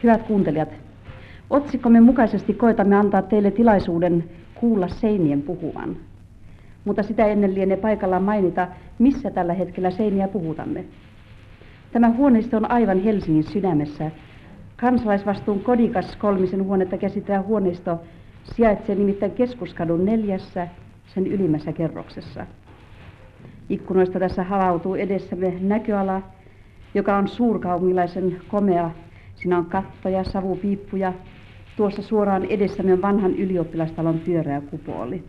Hyvät kuuntelijat, otsikkomme mukaisesti koetamme antaa teille tilaisuuden kuulla seinien puhuvan. Mutta sitä ennen lienee paikallaan mainita, missä tällä hetkellä seiniä puhutamme. Tämä huoneisto on aivan Helsingin sydämessä. Kansalaisvastuun kodikas 3 huonetta käsittävä huoneisto sijaitsee nimittäin Keskuskadun 4. sen ylimmässä kerroksessa. Ikkunoista tässä havautuu edessämme näköala, joka on suurkaupunkilaisen komea. Siinä on kattoja, savupiippuja. Tuossa suoraan edessämme on vanhan ylioppilastalon pyöreä kupooli.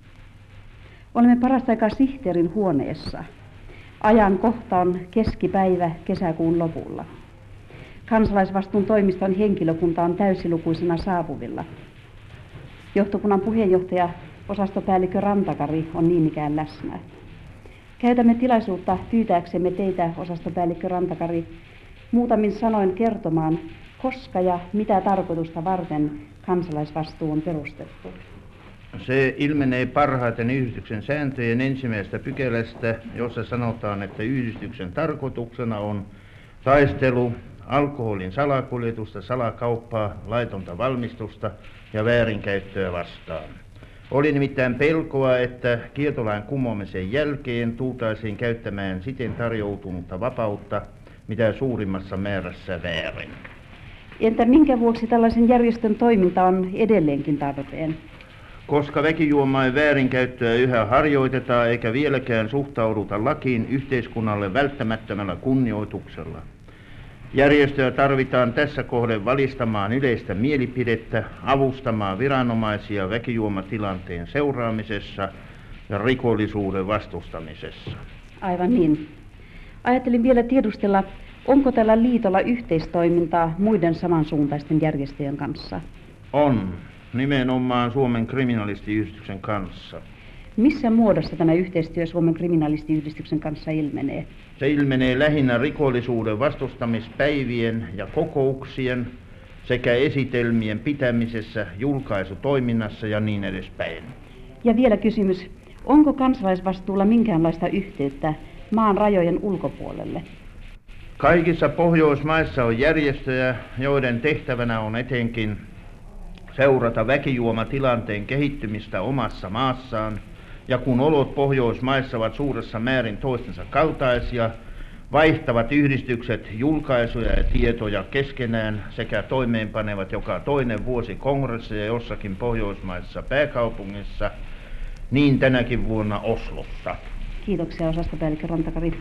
Olemme parasta aikaa sihteerin huoneessa. Ajan kohta on keskipäivä kesäkuun lopulla. Kansalaisvastuun toimiston henkilökunta on täysilukuisena saapuvilla. Johtokunnan puheenjohtaja, osastopäällikkö Rantakari, on niin ikään läsnä. Käytämme tilaisuutta pyytääksemme teitä, osastopäällikkö Rantakari, muutamin sanoin kertomaan, koska ja mitä tarkoitusta varten kansalaisvastuu on perustettu. Se ilmenee parhaiten yhdistyksen sääntöjen 1. pykälästä, jossa sanotaan, että yhdistyksen tarkoituksena on taistelu alkoholin salakuljetusta, salakauppaa, laitonta valmistusta ja väärinkäyttöä vastaan. Oli nimittäin pelkoa, että kieltolain kumoamisen jälkeen tultaisiin käyttämään siten tarjoutunutta vapautta mitä suurimmassa määrässä väärin. Entä minkä vuoksi tällaisen järjestön toiminta on edelleenkin tarpeen? Koska väkijuomain väärinkäyttöä yhä harjoitetaan eikä vieläkään suhtauduta lakiin yhteiskunnalle välttämättömällä kunnioituksella. Järjestöä tarvitaan tässä kohden valistamaan yleistä mielipidettä, avustamaan viranomaisia väkijuomatilanteen seuraamisessa ja rikollisuuden vastustamisessa. Aivan niin. Ajattelin vielä tiedustella, onko tällä liitolla yhteistoimintaa muiden samansuuntaisten järjestöjen kanssa? On, nimenomaan Suomen kriminalistiyhdistyksen kanssa. Missä muodossa tämä yhteistyö Suomen kriminalistiyhdistyksen kanssa ilmenee? Se ilmenee lähinnä rikollisuuden vastustamispäivien ja kokouksien sekä esitelmien pitämisessä, julkaisutoiminnassa ja niin edespäin. Ja vielä kysymys, onko kansalaisvastuulla minkäänlaista yhteyttä maan rajojen ulkopuolelle? Kaikissa Pohjoismaissa on järjestöjä, joiden tehtävänä on etenkin seurata väkijuomatilanteen kehittymistä omassa maassaan, ja kun olot Pohjoismaissa ovat suuressa määrin toistensa kaltaisia, vaihtavat yhdistykset julkaisuja ja tietoja keskenään sekä toimeenpanevat joka toinen vuosi kongresseja jossakin Pohjoismaissa pääkaupungissa, niin tänäkin vuonna Oslossa. Kiitoksia osastopäällikkö Rantakari.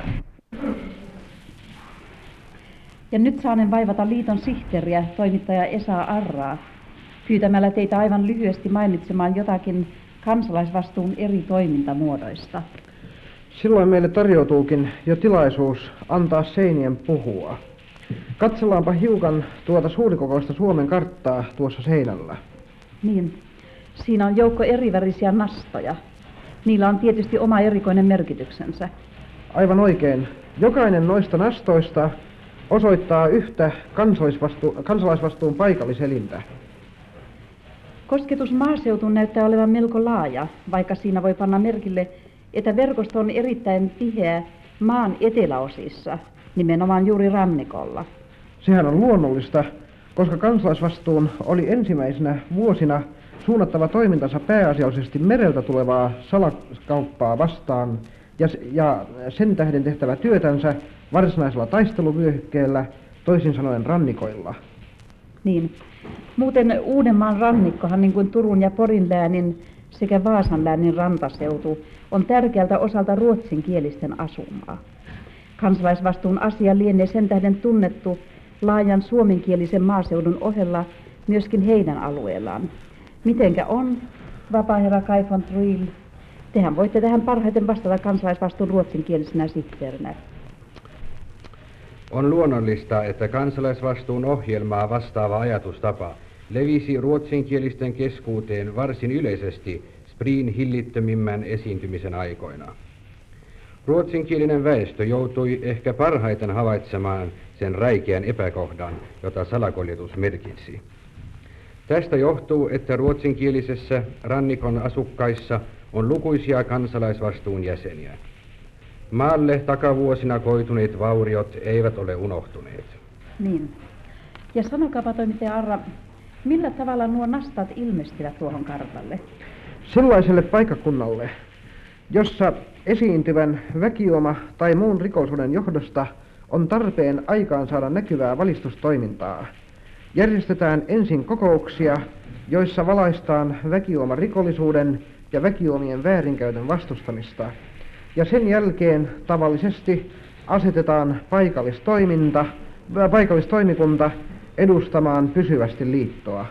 Ja nyt saanen vaivata liiton sihteeriä, toimittaja Esa Arraa, pyytämällä teitä aivan lyhyesti mainitsemaan jotakin kansalaisvastuun eri toimintamuodoista. Silloin meille tarjoutuukin jo tilaisuus antaa seinien puhua. Katsellaanpa hiukan tuota suurikokoista Suomen karttaa tuossa seinällä. Niin, siinä on joukko erivärisiä nastoja. Niillä on tietysti oma erikoinen merkityksensä. Aivan oikein. Jokainen noista nastoista osoittaa yhtä kansalaisvastuun paikalliselintä. Kosketus maaseutuun näyttää olevan melko laaja, vaikka siinä voi panna merkille, että verkosto on erittäin tiheä maan eteläosissa, nimenomaan juuri rannikolla. Sehän on luonnollista, koska kansalaisvastuun oli ensimmäisenä vuosina suunnattava toimintansa pääasiallisesti mereltä tulevaa salakauppaa vastaan ja sen tähden tehtävä työtänsä varsinaisella taisteluvyöhykkeellä, toisin sanoen rannikoilla. Niin. Muuten Uudenmaan rannikkohan, niin kuin Turun ja Porin läänin sekä Vaasan läänin rantaseutu, on tärkeältä osalta ruotsinkielisten asumaa. Kansalaisvastuun asia lienee sen tähden tunnettu laajan suomenkielisen maaseudun ohella myöskin heidän alueellaan. Mitenkä on, vapaaherra Kai von Truil? Tehän voitte tähän parhaiten vastata kansalaisvastuun ruotsinkielisenä sihteerinä. On luonnollista, että kansalaisvastuun ohjelmaa vastaava ajatustapa levisi ruotsinkielisten keskuuteen varsin yleisesti Spriin hillittömimmän esiintymisen aikoina. Ruotsinkielinen väestö joutui ehkä parhaiten havaitsemaan sen räikeän epäkohdan, jota salakuljetus merkitsi. Tästä johtuu, että ruotsinkielisessä rannikon asukkaissa on lukuisia kansalaisvastuun jäseniä. Maalle takavuosina koituneet vauriot eivät ole unohtuneet. Niin. Ja sanokaapa toimittaja Arra, millä tavalla nuo nastat ilmestyvät tuohon kartalle? Sellaiselle paikkakunnalle, jossa esiintyvän väkijuoma tai muun rikollisuuden johdosta on tarpeen aikaan saada näkyvää valistustoimintaa, järjestetään ensin kokouksia, joissa valaistaan väkijuoman rikollisuuden ja väkijuomien väärinkäytön vastustamista, ja sen jälkeen tavallisesti asetetaan paikallistoimikunta edustamaan pysyvästi liittoa.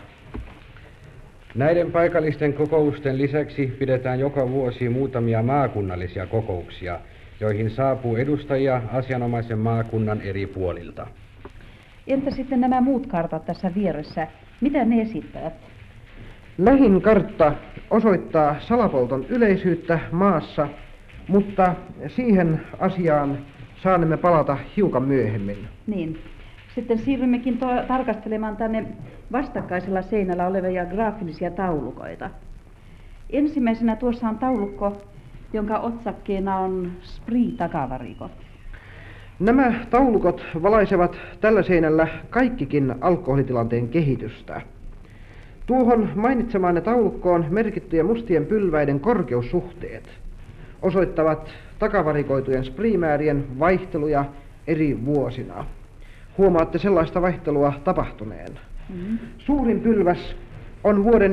Näiden paikallisten kokousten lisäksi pidetään joka vuosi muutamia maakunnallisia kokouksia, joihin saapuu edustajia asianomaisen maakunnan eri puolilta. Entä sitten nämä muut kartat tässä vieressä? Mitä ne esittävät? Lähin kartta osoittaa salapolton yleisyyttä maassa, mutta siihen asiaan saanemme palata hiukan myöhemmin. Niin. Sitten siirrymmekin tarkastelemaan tänne vastakkaisella seinällä olevia graafillisia taulukoita. Ensimmäisenä tuossa on taulukko, jonka otsakkeena on Spree-takavarikot. Nämä taulukot valaisevat tällä seinällä kaikkikin alkoholitilanteen kehitystä. Tuohon mainitsemaanne taulukkoon merkittyjen mustien pylväiden korkeussuhteet osoittavat takavarikoitujen spriimäärien vaihteluja eri vuosina. Huomaatte sellaista vaihtelua tapahtuneen. Suurin pylväs on vuoden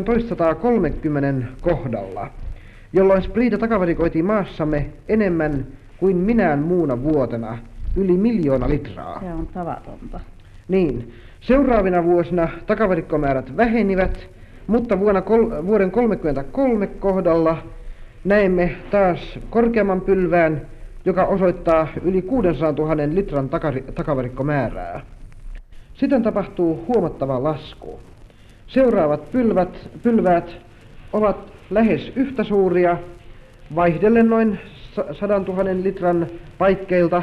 1930 kohdalla, jolloin spriitä takavarikoitiin maassamme enemmän kuin minään muuna vuotena, yli 1 miljoona litraa. Se on tavatonta. Niin. Seuraavina vuosina takavarikkomäärät vähenivät, mutta vuoden 1933 kohdalla näemme taas korkeamman pylvään, joka osoittaa yli 600 000 litran takavarikkomäärää. Sitten tapahtuu huomattava lasku. Seuraavat pylväät ovat lähes yhtä suuria, vaihdellen noin 100 000 litran paikkeilta,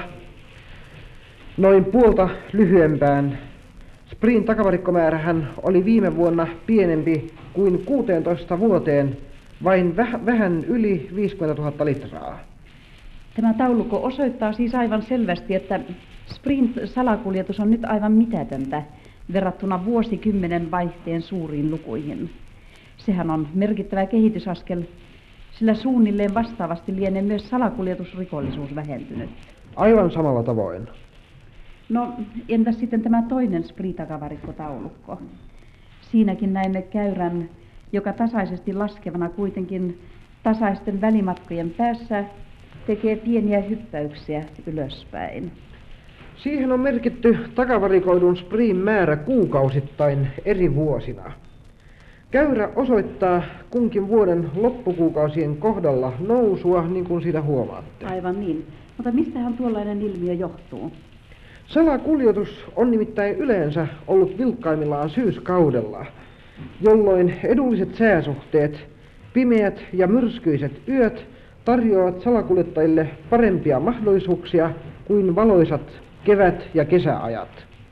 noin puolta lyhyempään. Spreen takavarikkomäärähän oli viime vuonna pienempi kuin 16 vuoteen, vain vähän yli 50 000 litraa. Tämä taulukko osoittaa siis aivan selvästi, että Spreen salakuljetus on nyt aivan mitätöntä verrattuna vuosikymmenen vaihteen suuriin lukuihin. Sehän on merkittävä kehitysaskel, sillä suunnilleen vastaavasti lienee myös salakuljetusrikollisuus vähentynyt. Aivan samalla tavoin. No, entäs sitten tämä toinen Spree-takavarikkotaulukko? Siinäkin näemme käyrän, joka tasaisesti laskevana kuitenkin tasaisten välimatkojen päässä tekee pieniä hyppäyksiä ylöspäin. Siihen on merkitty takavarikoidun Spreen määrä kuukausittain eri vuosina. Käyrä osoittaa kunkin vuoden loppukuukausien kohdalla nousua, niin kuin siitä huomaatte. Aivan niin. Mutta mistähän tuollainen ilmiö johtuu? Salakuljetus on nimittäin yleensä ollut vilkkaimmillaan syyskaudella, jolloin edulliset sääsuhteet, pimeät ja myrskyiset yöt tarjoavat salakuljettajille parempia mahdollisuuksia kuin valoisat kevät- ja kesäajat.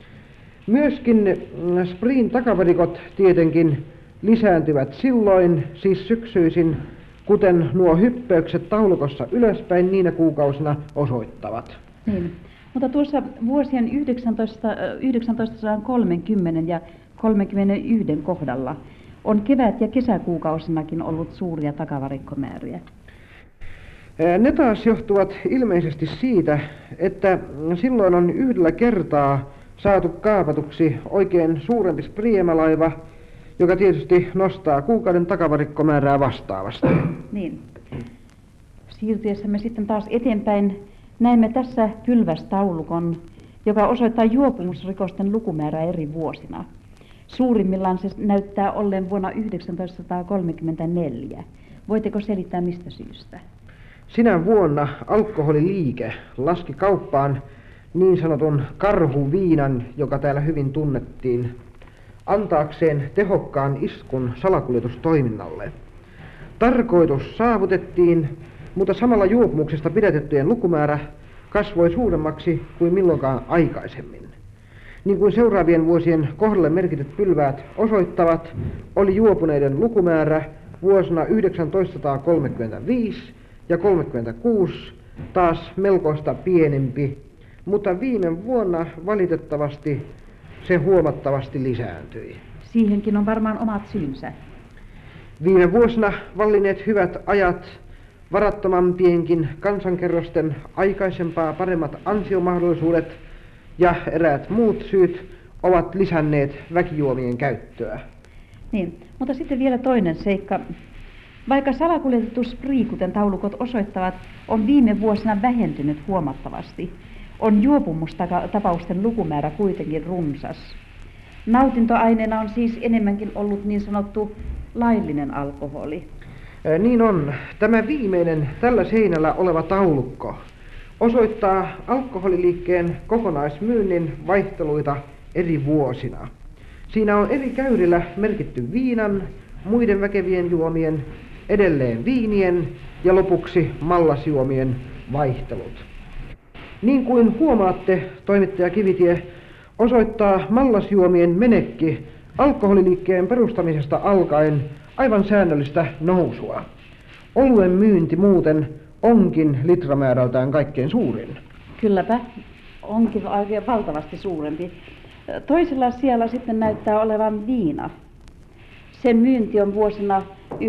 Myöskin Spreen takavarikot tietenkin lisääntyvät silloin, siis syksyisin, kuten nuo hyppäykset taulukossa ylöspäin niinä kuukausina osoittavat. Niin. Mutta tuossa vuosien 1930 ja 31 kohdalla on kevät- ja kesäkuukausinakin ollut suuria takavarikkomääriä. Ne taas johtuvat ilmeisesti siitä, että silloin on yhdellä kertaa saatu kaapatuksi oikein suurempi spriimalaiva, joka tietysti nostaa kuukauden takavarikkomäärää vastaavasti. Niin. Siirtyessämme sitten taas eteenpäin näemme tässä pylvästaulukon, joka osoittaa juopumusrikosten lukumäärää eri vuosina. Suurimmillaan se näyttää olleen vuonna 1934. Voitteko selittää mistä syystä? Sinä vuonna alkoholiliike laski kauppaan niin sanotun karhuviinan, joka täällä hyvin tunnettiin, antaakseen tehokkaan iskun salakuljetustoiminnalle. Tarkoitus saavutettiin, mutta samalla juopumuksesta pidätettyjen lukumäärä kasvoi suuremmaksi kuin milloinkaan aikaisemmin. Niin kuin seuraavien vuosien kohdalle merkityt pylväät osoittavat, oli juopuneiden lukumäärä vuosina 1935 ja 1936 taas melkoista pienempi, mutta viime vuonna valitettavasti se huomattavasti lisääntyi. Siihenkin on varmaan omat syynsä. Viime vuosina vallinneet hyvät ajat, varattomampienkin kansankerrosten aikaisempaa paremmat ansiomahdollisuudet ja eräät muut syyt ovat lisänneet väkijuomien käyttöä. Niin, mutta sitten vielä toinen seikka. Vaikka salakuljetettu spree, kuten taulukot osoittavat, on viime vuosina vähentynyt huomattavasti, on juopumustapausten lukumäärä kuitenkin runsas. Nautintoaineena on siis enemmänkin ollut niin sanottu laillinen alkoholi. Niin on. Tämä viimeinen tällä seinällä oleva taulukko osoittaa alkoholiliikkeen kokonaismyynnin vaihteluita eri vuosina. Siinä on eri käyrillä merkitty viinan, muiden väkevien juomien, edelleen viinien ja lopuksi mallasjuomien vaihtelut. Niin kuin huomaatte, toimittaja Kivitie, osoittaa mallasjuomien menekki alkoholiliikkeen perustamisesta alkaen aivan säännöllistä nousua. Oluen myynti muuten onkin litramäärältään kaikkein suurin. Kylläpä, onkin oikein valtavasti suurempi. Toisella siellä sitten näyttää olevan viina. Sen myynti on vuosina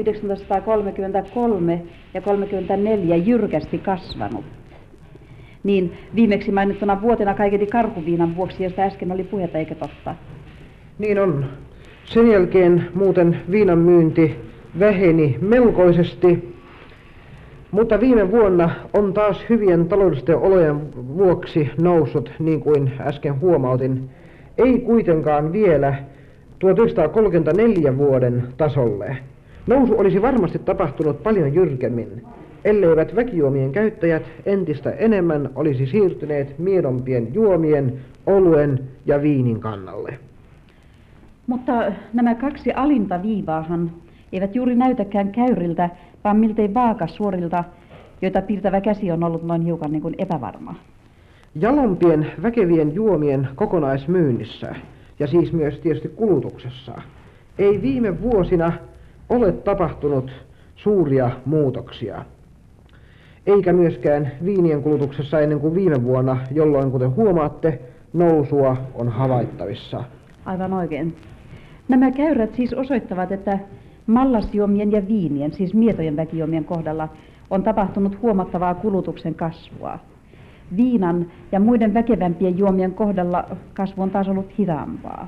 1933 ja 1934 jyrkästi kasvanut. Niin viimeksi mainittuna vuotena kaiketi karhuviinan vuoksi, josta äsken oli puhetta, eikä totta? Niin on. Sen jälkeen muuten viinan myynti väheni melkoisesti, mutta viime vuonna on taas hyvien taloudellisten olojen vuoksi noussut, niin kuin äsken huomautin, ei kuitenkaan vielä 1934 vuoden tasolle. Nousu olisi varmasti tapahtunut paljon jyrkemmin, elleivät väkijuomien käyttäjät entistä enemmän olisi siirtyneet miedompien juomien, oluen ja viinin kannalle. Mutta nämä kaksi alinta viivaahan eivät juuri näytäkään käyriltä, vaan miltei vaakasuorilta, joita piirtävä käsi on ollut noin hiukan niin kuin epävarma. Jalompien väkevien juomien kokonaismyynnissä, ja siis myös tietysti kulutuksessa, ei viime vuosina ole tapahtunut suuria muutoksia. Eikä myöskään viinien kulutuksessa ennen kuin viime vuonna, jolloin, kuten huomaatte, nousua on havaittavissa. Aivan oikein. Nämä käyrät siis osoittavat, että mallasjuomien ja viinien, siis mietojen väkijuomien kohdalla, on tapahtunut huomattavaa kulutuksen kasvua. Viinan ja muiden väkevämpien juomien kohdalla kasvu on taas ollut hitaampaa.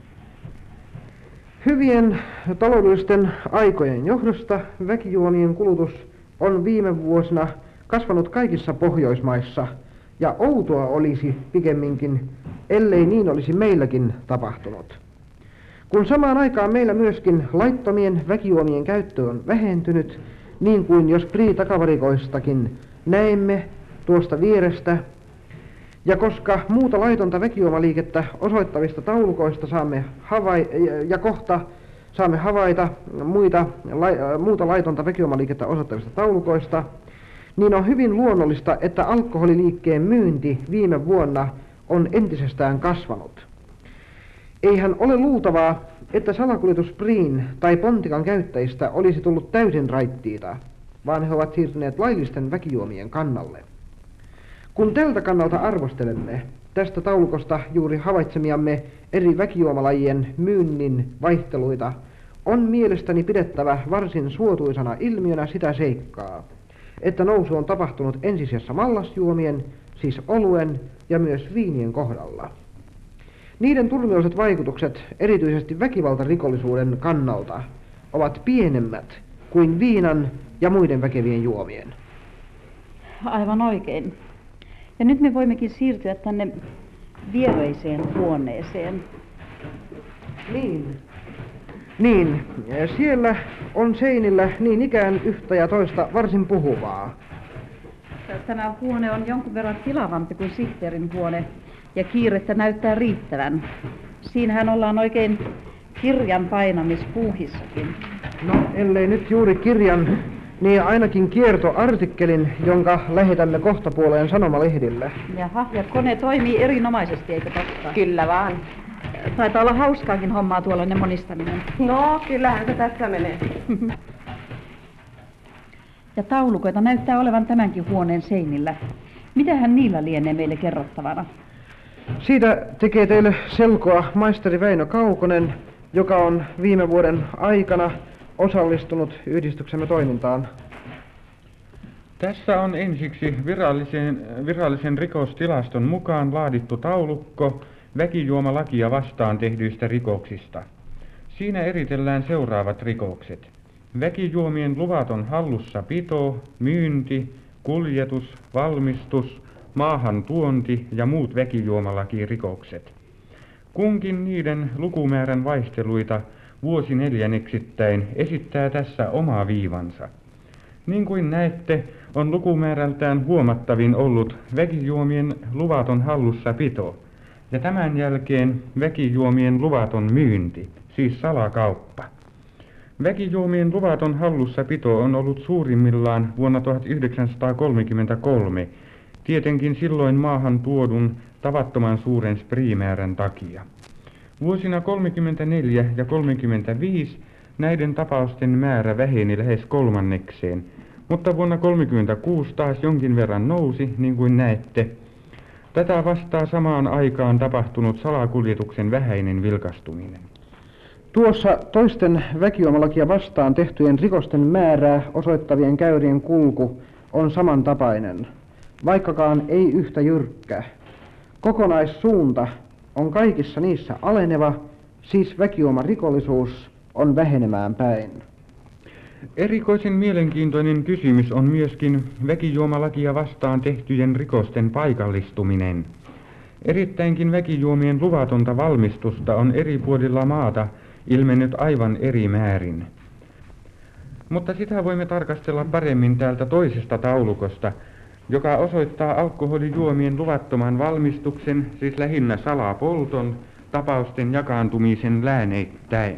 Hyvien taloudellisten aikojen johdosta väkijuomien kulutus on viime vuosina kasvanut kaikissa Pohjoismaissa, ja outoa olisi pikemminkin, ellei niin olisi meilläkin tapahtunut. Kun samaan aikaan meillä myöskin laittomien väkijuomien käyttö on vähentynyt, niin kuin jos takavarikoistakin näemme tuosta vierestä, ja koska muuta laitonta väkijuomaliikettä osoittavista taulukoista saamme havaita muuta laitonta väkijuomaliikettä osoittavista taulukoista, niin on hyvin luonnollista, että alkoholiliikkeen myynti viime vuonna on entisestään kasvanut. Eihän ole luultavaa, että salakuljetuspriin tai pontikan käyttäjistä olisi tullut täysin raittiita, vaan he ovat siirtyneet laillisten väkijuomien kannalle. Kun tältä kannalta arvostelemme tästä taulukosta juuri havaitsemiamme eri väkijuomalajien myynnin vaihteluita, on mielestäni pidettävä varsin suotuisana ilmiönä sitä seikkaa, että nousu on tapahtunut ensisijassa mallasjuomien, siis oluen ja myös viinien kohdalla. Niiden turmiolliset vaikutukset, erityisesti väkivaltarikollisuuden kannalta, ovat pienemmät kuin viinan ja muiden väkevien juomien. Aivan oikein. Ja nyt me voimmekin siirtyä tänne viereiseen huoneeseen. Niin, siellä on seinillä niin ikään yhtä ja toista varsin puhuvaa. Tämä huone on jonkun verran tilavampi kuin sihteerin huone, ja kiirettä näyttää riittävän. Siinähän ollaan oikein kirjan painamispuuhissakin. No, ellei nyt juuri kirjan, niin ainakin kiertoartikkelin, jonka lähetämme kohtapuoleen sanomalehdille. Jaha, ja kone toimii erinomaisesti, eikö totta? Kyllä vaan. Taitaa olla hauskaakin hommaa tuollainen monistaminen. No, kyllähän se tässä menee. Ja taulukoita näyttää olevan tämänkin huoneen seinillä. Mitähän niillä lienee meille kerrottavana? Siitä tekee teille selkoa maisteri Väinö Kaukonen, joka on viime vuoden aikana osallistunut yhdistyksemme toimintaan. Tässä on ensiksi virallisen rikostilaston mukaan laadittu taulukko väkijuomalakia vastaan tehdyistä rikoksista. Siinä eritellään seuraavat rikokset: väkijuomien luvaton hallussapito, myynti, kuljetus, valmistus, maahan tuonti ja muut väkijuomalakirikokset. Kunkin niiden lukumäärän vaihteluita vuosineljänneksittäin esittää tässä oma viivansa. Niin kuin näette, on lukumäärältään huomattavin ollut väkijuomien luvaton hallussapito ja tämän jälkeen väkijuomien luvaton myynti, siis salakauppa. Väkijuomien luvaton hallussapito on ollut suurimmillaan vuonna 1933, tietenkin silloin maahan tuodun tavattoman suuren spriimäärän takia. Vuosina 34 ja 35 näiden tapausten määrä väheni lähes kolmannekseen, mutta vuonna 36 taas jonkin verran nousi, niin kuin näette. Tätä vastaa samaan aikaan tapahtunut salakuljetuksen vähäinen vilkastuminen. Tuossa toisten väkijuomalakia vastaan tehtyjen rikosten määrää osoittavien käyrien kulku on samantapainen, vaikkakaan ei yhtä jyrkkä. Kokonaissuunta on kaikissa niissä aleneva, siis väkijuomarikollisuus on vähenemään päin. Erikoisen mielenkiintoinen kysymys on myöskin väkijuomalakia vastaan tehtyjen rikosten paikallistuminen. Erittäinkin väkijuomien luvatonta valmistusta on eri puolilla maata ilmennyt aivan eri määrin. Mutta sitä voimme tarkastella paremmin täältä toisesta taulukosta, joka osoittaa alkoholijuomien luvattoman valmistuksen, siis lähinnä salapolton, tapausten jakaantumisen lääneittäin.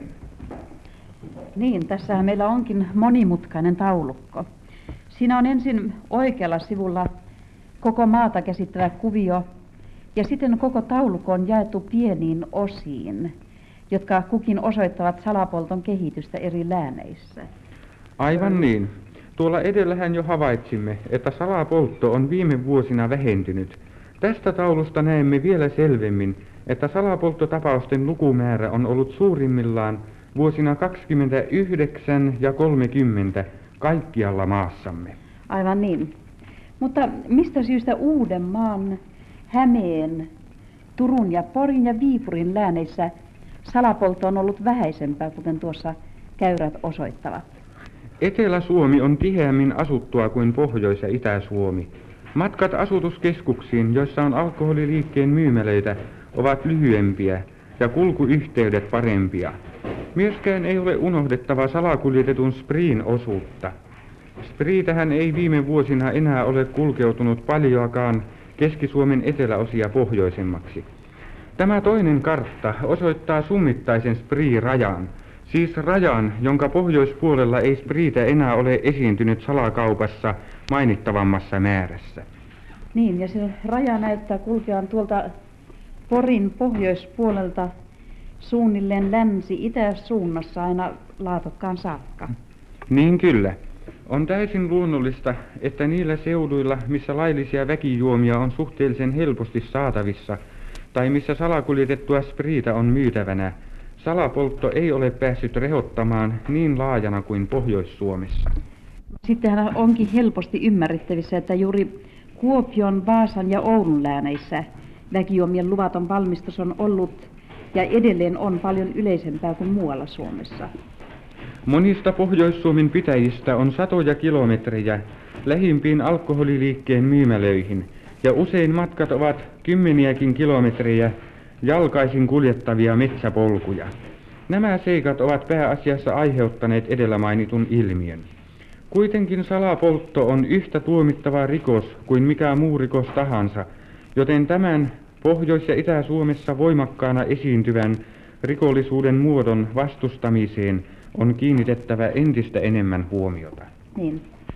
Niin, tässähän meillä onkin monimutkainen taulukko. Siinä on ensin oikealla sivulla koko maata käsittävä kuvio, ja sitten koko taulukko on jaettu pieniin osiin, jotka kukin osoittavat salapolton kehitystä eri lääneissä. Aivan niin. Tuolla edellähän jo havaitsimme, että salapoltto on viime vuosina vähentynyt. Tästä taulusta näemme vielä selvemmin, että salapolttotapausten lukumäärä on ollut suurimmillaan vuosina 29 ja 30 kaikkialla maassamme. Aivan niin. Mutta mistä syystä Uudenmaan, Hämeen, Turun ja Porin ja Viipurin lääneissä salapoltto on ollut vähäisempää, kuten tuossa käyrät osoittavat? Etelä-Suomi on tiheämmin asuttua kuin Pohjois- ja Itä-Suomi. Matkat asutuskeskuksiin, joissa on alkoholiliikkeen myymälöitä, ovat lyhyempiä ja kulkuyhteydet parempia. Myöskään ei ole unohdettava salakuljetetun spriin osuutta. Spriitähän ei viime vuosina enää ole kulkeutunut paljoakaan Keski-Suomen eteläosia pohjoisemmaksi. Tämä toinen kartta osoittaa summittaisen spree-rajan, siis rajan, jonka pohjoispuolella ei spriitä enää ole esiintynyt salakaupassa mainittavammassa määrässä. Niin, ja se raja näyttää kulkevan tuolta Porin pohjoispuolelta suunnilleen länsi-itä-suunnassa aina Laatokkaan saakka. Niin kyllä. On täysin luonnollista, että niillä seuduilla, missä laillisia väkijuomia on suhteellisen helposti saatavissa, tai missä salakuljetettua spriitä on myytävänä, salapoltto ei ole päässyt rehottamaan niin laajana kuin Pohjois-Suomessa. Sittenhän onkin helposti ymmärrettävissä, että juuri Kuopion, Vaasan ja Oulun lääneissä väkijuomien luvaton valmistus on ollut ja edelleen on paljon yleisempää kuin muualla Suomessa. Monista Pohjois-Suomen pitäjistä on satoja kilometrejä lähimpiin alkoholiliikkeen myymälöihin, ja usein matkat ovat kymmeniäkin kilometrejä jalkaisin kuljettavia metsäpolkuja. Nämä seikat ovat pääasiassa aiheuttaneet edellä mainitun ilmiön. Kuitenkin salapoltto on yhtä tuomittava rikos kuin mikä muu rikos tahansa, joten tämän Pohjois- ja Itä-Suomessa voimakkaana esiintyvän rikollisuuden muodon vastustamiseen on kiinnitettävä entistä enemmän huomiota. Niin.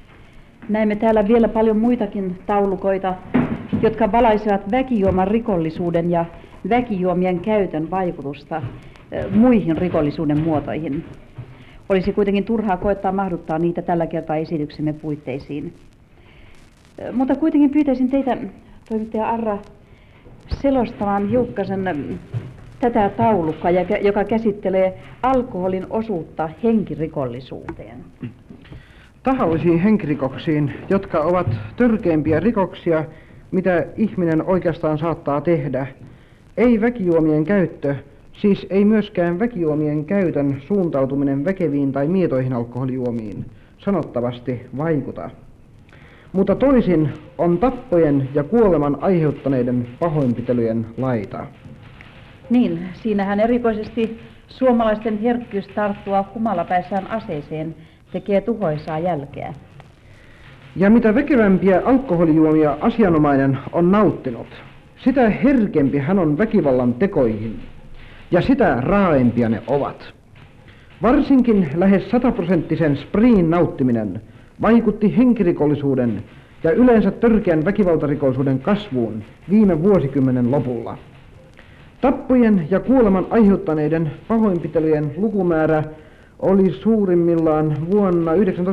Näemme täällä vielä paljon muitakin taulukoita, jotka valaisevat väkijuoman rikollisuuden ja väkijuomien käytön vaikutusta muihin rikollisuuden muotoihin. Olisi kuitenkin turhaa koettaa mahduttaa niitä tällä kertaa esityksemme puitteisiin. Mutta kuitenkin pyytäisin teitä, toimittaja Arra, selostamaan hiukkasen tätä taulukkoa, joka käsittelee alkoholin osuutta henkirikollisuuteen. Tahallisiin henkirikoksiin, jotka ovat törkeimpiä rikoksia, mitä ihminen oikeastaan saattaa tehdä, ei väkijuomien käyttö, siis ei myöskään väkijuomien käytön suuntautuminen väkeviin tai mietoihin alkoholijuomiin, sanottavasti vaikuta. Mutta toisin on tappojen ja kuoleman aiheuttaneiden pahoinpitelyjen laita. Niin, siinähän erikoisesti suomalaisten herkkyys tarttua humalapäissään aseeseen tekee tuhoisaa jälkeä. Ja mitä väkevämpiä alkoholijuomia asianomainen on nauttinut, sitä herkempi hän on väkivallan tekoihin, ja sitä raaempia ne ovat. Varsinkin lähes 100% spriin nauttiminen vaikutti henkirikollisuuden ja yleensä törkeän väkivaltarikollisuuden kasvuun viime vuosikymmenen lopulla. Tappojen ja kuoleman aiheuttaneiden pahoinpitelyjen lukumäärä oli suurimmillaan vuonna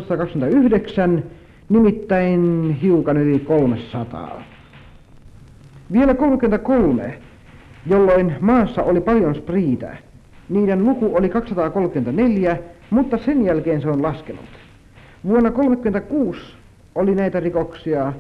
1929, nimittäin hiukan yli 300. Vielä 1933, jolloin maassa oli paljon spriitä, niiden luku oli 234, mutta sen jälkeen se on laskenut. Vuonna 1936 oli näitä rikoksia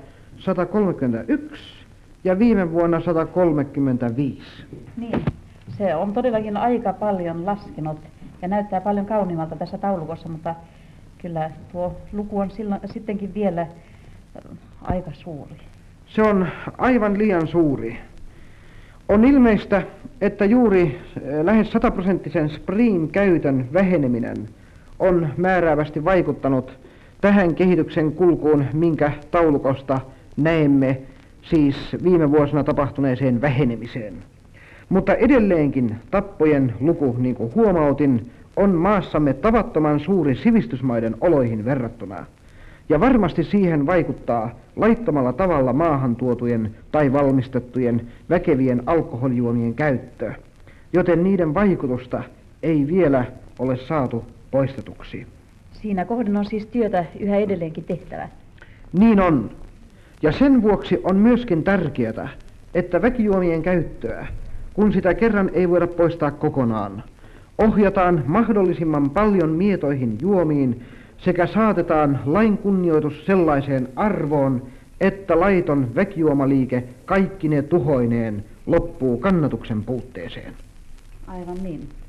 131 ja viime vuonna 135. Niin, se on todellakin aika paljon laskenut ja näyttää paljon kauniimmalta tässä taulukossa, mutta kyllä tuo luku on sittenkin vielä aika suuri. Se on aivan liian suuri. On ilmeistä, että juuri lähes 100% spriin käytön väheneminen on määräävästi vaikuttanut tähän kehityksen kulkuun, minkä taulukosta näemme, siis viime vuosina tapahtuneeseen vähenemiseen. Mutta edelleenkin tappojen luku, niin kuin huomautin, on maassamme tavattoman suuri sivistysmaiden oloihin verrattuna. Ja varmasti siihen vaikuttaa laittomalla tavalla maahan tuotujen tai valmistettujen väkevien alkoholijuomien käyttö, joten niiden vaikutusta ei vielä ole saatu poistetuksi. Siinä kohden on siis työtä yhä edelleenkin tehtävä. Niin on. Ja sen vuoksi on myöskin tärkeää, että väkijuomien käyttöä, kun sitä kerran ei voida poistaa kokonaan, ohjataan mahdollisimman paljon mietoihin juomiin sekä saatetaan lain kunnioitus sellaiseen arvoon, että laiton väkijuomaliike kaikkine tuhoineen loppuu kannatuksen puutteeseen. Aivan niin.